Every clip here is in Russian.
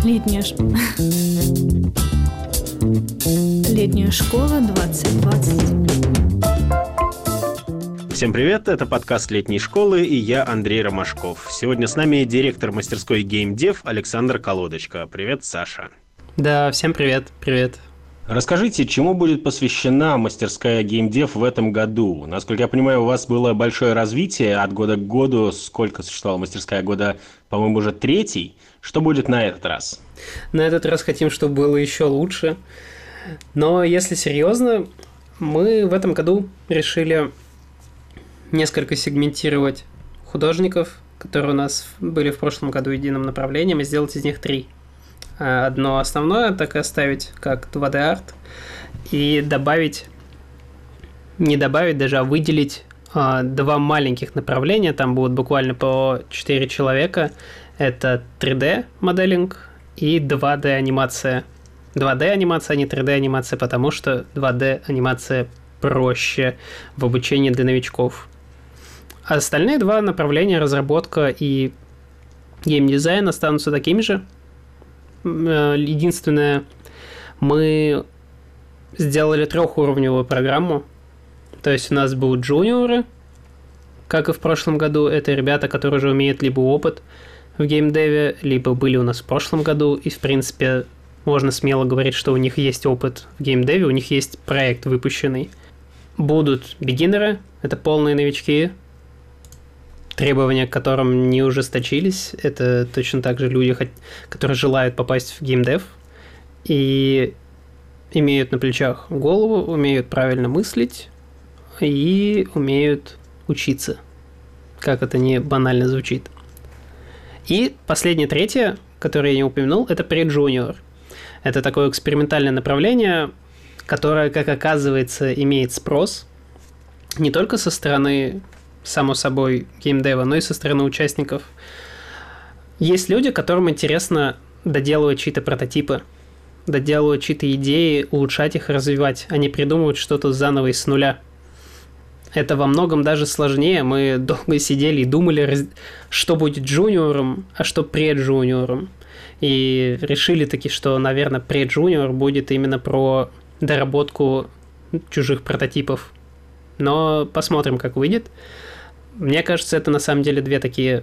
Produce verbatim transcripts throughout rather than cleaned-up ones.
Летняя, ш... Летняя школа двадцать двадцать. Всем привет, это подкаст «Летней школы» и я, Андрей Ромашков. Сегодня с нами директор мастерской GameDev Александр Колодочка. Привет, Саша. Да, всем привет, привет. Расскажите, чему будет посвящена мастерская GameDev в этом году? Насколько я понимаю, у вас было большое развитие от года к году. Сколько существовала мастерская? Года, по-моему, уже третий. Что будет на этот раз? На этот раз хотим, чтобы было еще лучше. Но если серьезно, мы в этом году решили несколько сегментировать художников, которые у нас были в прошлом году единым направлением, и сделать из них три. Одно основное так и оставить как два дэ-арт, и добавить, не добавить даже, а выделить а, два маленьких направления, там будут буквально по четыре человека, это три дэ-моделинг и два дэ-анимация. два дэ-анимация, а не три дэ-анимация, потому что два дэ-анимация проще в обучении для новичков. А остальные два направления, разработка и геймдизайн, останутся такими же. Единственное, мы сделали трехуровневую программу. То есть у нас будут джуниоры, как и в прошлом году. Это ребята, которые уже имеют либо опыт в геймдеве, либо были у нас в прошлом году. И, в принципе, можно смело говорить, что у них есть опыт в геймдеве, у них есть проект выпущенный. Будут бигинеры, это полные новички, требования к которым не ужесточились. Это точно так же люди, которые желают попасть в геймдев и имеют на плечах голову, умеют правильно мыслить и умеют учиться. Как это не банально звучит. И последнее, третье, которое я не упомянул, это преджуниор. Это такое экспериментальное направление, которое, как оказывается, имеет спрос не только со стороны, само собой, геймдева, но и со стороны участников. Есть люди, которым интересно доделывать чьи-то прототипы, доделывать чьи-то идеи, улучшать их, развивать, а не придумывать что-то заново и с нуля. Это во многом даже сложнее. Мы долго сидели и думали, что будет джуниором, а что преджуниором. И решили таки, что, наверное, преджуниор будет именно про доработку чужих прототипов. Но посмотрим, как выйдет. Мне кажется, это на самом деле две такие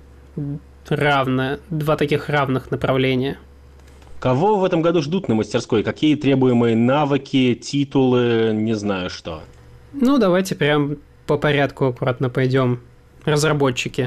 равные, два таких равных направления. Кого в этом году ждут на мастерской? Какие требуемые навыки, титулы, не знаю что? Ну, давайте прям по порядку аккуратно пойдем. Разработчики.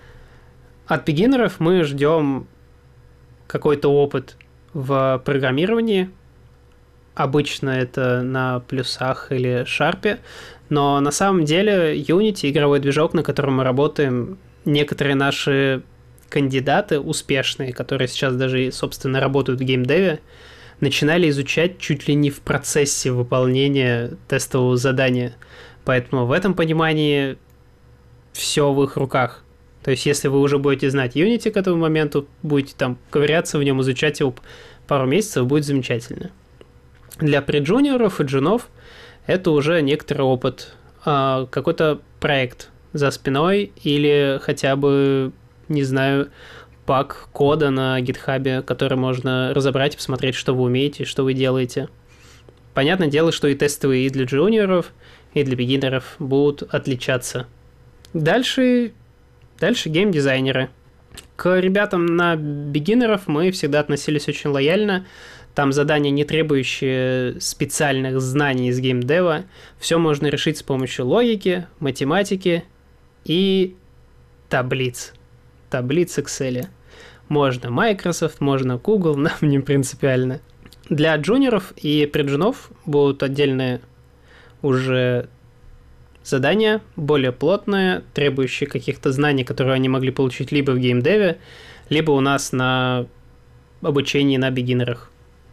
От бигинеров мы ждем какой-то опыт в программировании. Обычно это на плюсах или шарпе. Но на самом деле Unity, игровой движок, на котором мы работаем, некоторые наши кандидаты успешные, которые сейчас даже, собственно, работают в геймдеве, начинали изучать чуть ли не в процессе выполнения тестового задания. Поэтому в этом понимании все в их руках. То есть, если вы уже будете знать Unity к этому моменту, будете там ковыряться в нем, изучать его пару месяцев, будет замечательно. Для преджуниоров и джунов это уже некоторый опыт, какой-то проект за спиной или хотя бы, не знаю, пак кода на гитхабе, который можно разобрать и посмотреть, что вы умеете, что вы делаете. Понятное дело, что и тестовые и для джуниоров, и для бигинеров будут отличаться. Дальше, дальше геймдизайнеры. К ребятам на бигинеров мы всегда относились очень лояльно. Там задания, не требующие специальных знаний из геймдева. Все можно решить с помощью логики, математики и таблиц. Таблиц Excel. Можно Microsoft, можно Google, нам не принципиально. Для джуниоров и преджунов будут отдельные уже задания, более плотные, требующие каких-то знаний, которые они могли получить либо в геймдеве, либо у нас на обучении на бигинерах.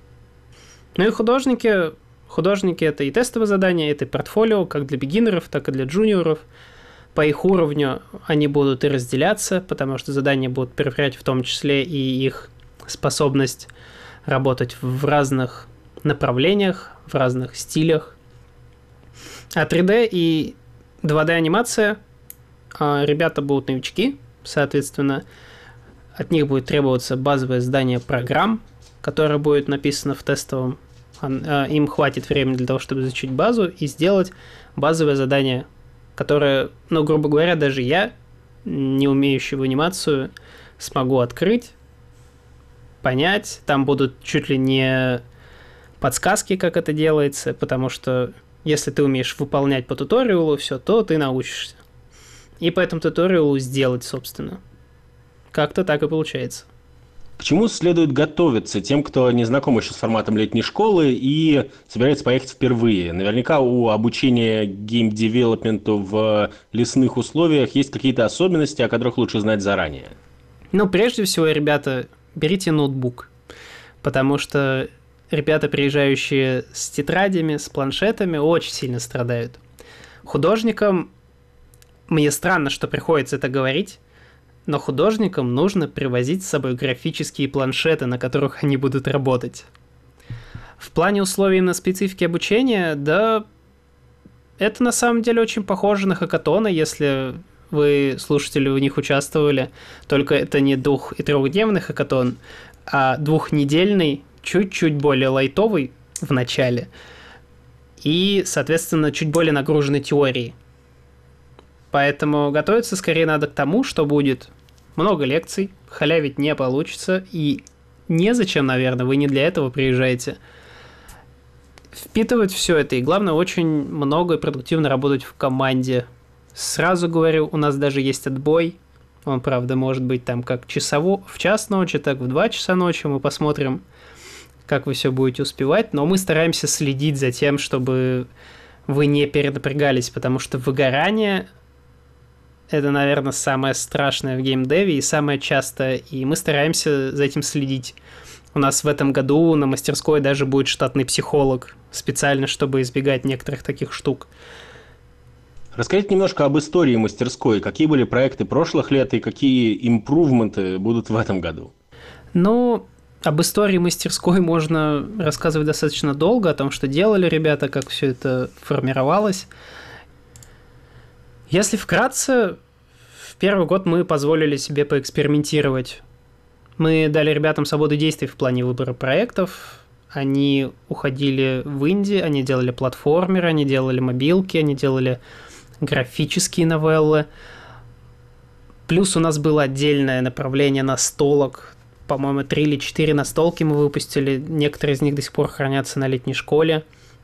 Ну и художники. Художники – это и тестовые задания, это и портфолио, как для бигинеров, так и для джуниоров. По их уровню они будут и разделяться, потому что задания будут проверять в том числе и их способность работать в разных направлениях, в разных стилях. А три дэ и два дэ-анимация, ребята будут новички, соответственно, от них будет требоваться базовое задание программ, которое будет написано в тестовом. Им хватит времени для того, чтобы изучить базу и сделать базовое задание, которое, ну, грубо говоря, даже я, не умеющий в анимацию, смогу открыть, понять. Там будут чуть ли не подсказки, как это делается, потому что если ты умеешь выполнять по туториалу все, то ты научишься. И по этому туториалу сделать, собственно. Как-то так и получается. К чему следует готовиться тем, кто не знаком еще с форматом летней школы и собирается поехать впервые? Наверняка у обучения гейм-девелопменту в лесных условиях есть какие-то особенности, о которых лучше знать заранее. Ну, прежде всего, ребята, берите ноутбук, потому что ребята, приезжающие с тетрадями, с планшетами, очень сильно страдают. Художникам, мне странно, что приходится это говорить, но художникам нужно привозить с собой графические планшеты, на которых они будут работать. В плане условий на специфике обучения, да, это на самом деле очень похоже на хакатоны, если вы, слушатели, в них участвовали, только это не двух- и трехдневный хакатон, а двухнедельный, чуть-чуть более лайтовый в начале и, соответственно, чуть более нагруженной теорией. Поэтому готовиться скорее надо к тому, что будет много лекций, халявить не получится, и незачем, наверное, вы не для этого приезжаете. Впитывать все это, и главное, очень много и продуктивно работать в команде. Сразу говорю, у нас даже есть отбой, он, правда, может быть там как часово, в час ночи, так в два часа ночи, мы посмотрим, как вы все будете успевать, но мы стараемся следить за тем, чтобы вы не перенапрягались, потому что выгорание – это, наверное, самое страшное в геймдеве и самое частое, и мы стараемся за этим следить. У нас в этом году на мастерской даже будет штатный психолог, специально, чтобы избегать некоторых таких штук. Расскажите немножко об истории мастерской. Какие были проекты прошлых лет и какие импрувменты будут в этом году? Ну, об истории мастерской можно рассказывать достаточно долго, о том, что делали ребята, как все это формировалось. Если вкратце, в первый год мы позволили себе поэкспериментировать. Мы дали ребятам свободу действий в плане выбора проектов. Они уходили в инди, они делали платформеры, они делали мобилки, они делали графические новеллы. Плюс у нас было отдельное направление настолок. По-моему, три или четыре настолки мы выпустили. Некоторые из них до сих пор хранятся на летней школе.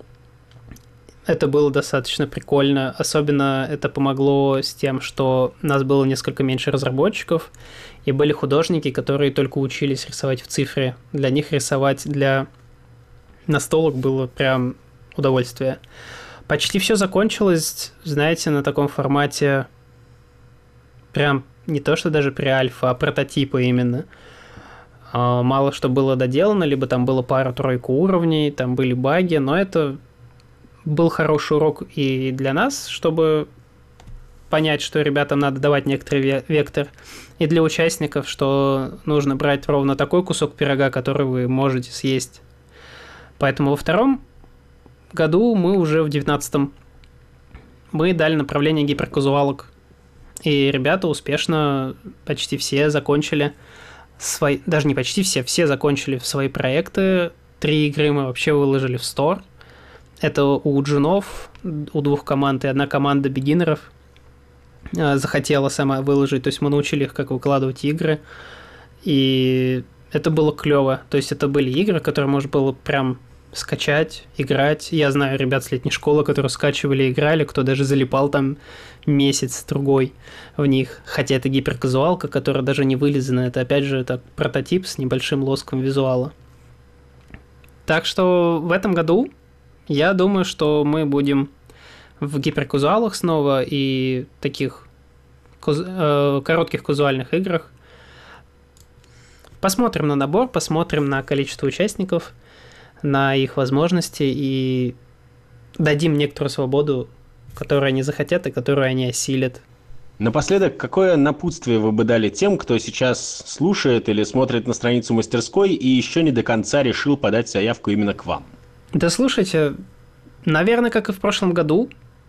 Это было достаточно прикольно. Особенно это помогло с тем, что у нас было несколько меньше разработчиков, и были художники, которые только учились рисовать в цифре. Для них рисовать для настолок было прям удовольствие. Почти все закончилось, знаете, на таком формате прям не то, что даже pre-альфа, а прототипа именно. Мало что было доделано, либо там было пару-тройку уровней, там были баги, но это был хороший урок и для нас, чтобы понять, что ребятам надо давать некоторый вектор, и для участников, что нужно брать ровно такой кусок пирога, который вы можете съесть. Поэтому во втором году мы уже в девятнадцатом мы дали направление гиперказуалок, и ребята успешно почти все закончили свои, даже не почти все, все закончили свои проекты. Три игры мы вообще выложили в Store. Это у джунов, у двух команд, и одна команда бигинеров захотела сама выложить. То есть мы научили их, как выкладывать игры. И это было клево. То есть это были игры, которые можно было прям скачать, играть. Я знаю ребят с летней школы, которые скачивали и играли, кто даже залипал там месяц-другой в них. Хотя это гиперказуалка, которая даже не вылизана. Это, опять же, это прототип с небольшим лоском визуала. Так что в этом году я думаю, что мы будем в гиперказуалах снова и таких каз... э, коротких казуальных играх. Посмотрим на набор, посмотрим на количество участников, на их возможности и дадим некоторую свободу, которую они захотят и которую они осилят. Напоследок, какое напутствие вы бы дали тем, кто сейчас слушает или смотрит на страницу мастерской и еще не до конца решил подать заявку именно к вам? Да слушайте, наверное, как и в прошлом году,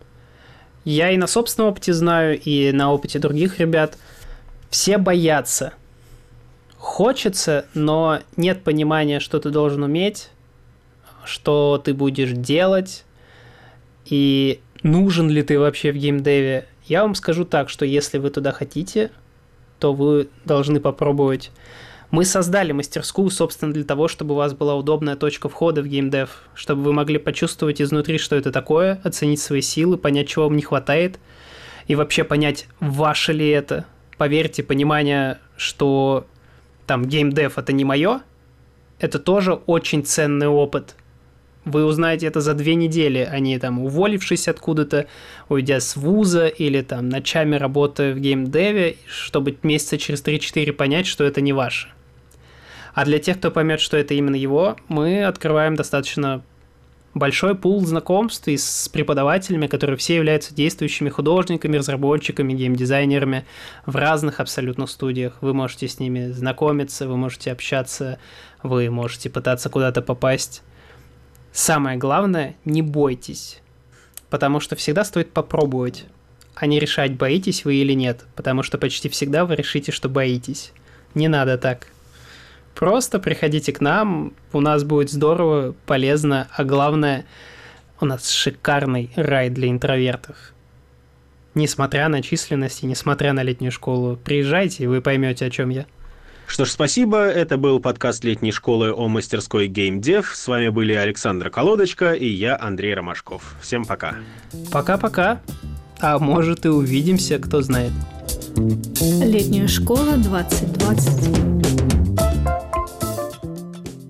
я и на собственном опыте знаю, и на опыте других ребят, все боятся. хочется, но нет понимания, что ты должен уметь, что ты будешь делать, и нужен ли ты вообще в геймдеве. Я вам скажу так, что если вы туда хотите, то вы должны попробовать. Мы создали мастерскую, собственно, для того, чтобы у вас была удобная точка входа в геймдев, чтобы вы могли почувствовать изнутри, что это такое, оценить свои силы, понять, чего вам не хватает, и вообще понять, ваше ли это. Поверьте, понимание, что там геймдев – это не мое, это тоже очень ценный опыт. Вы узнаете это за две недели, а не там уволившись откуда-то, уйдя с вуза или там ночами работая в геймдеве, чтобы месяца через три-четыре понять, что это не ваше. А для тех, кто поймет, что это именно его, мы открываем достаточно большой пул знакомств и с преподавателями, которые все являются действующими художниками, разработчиками, геймдизайнерами в разных абсолютно студиях. Вы можете с ними знакомиться, вы можете общаться, вы можете пытаться куда-то попасть. Самое главное, не бойтесь, потому что всегда стоит попробовать, а не решать, боитесь вы или нет, потому что почти всегда вы решите, что боитесь. Не надо так. Просто приходите к нам, у нас будет здорово, полезно, а главное, у нас шикарный рай для интровертов. Несмотря на численность и несмотря на летнюю школу, приезжайте, и вы поймете, о чем я. Что ж, спасибо. Это был подкаст летней школы о мастерской геймдев. С вами были Александр Колодочка и я, Андрей Ромашков. Всем пока. Пока-пока. А может и увидимся, кто знает. Летняя школа двадцать двадцать.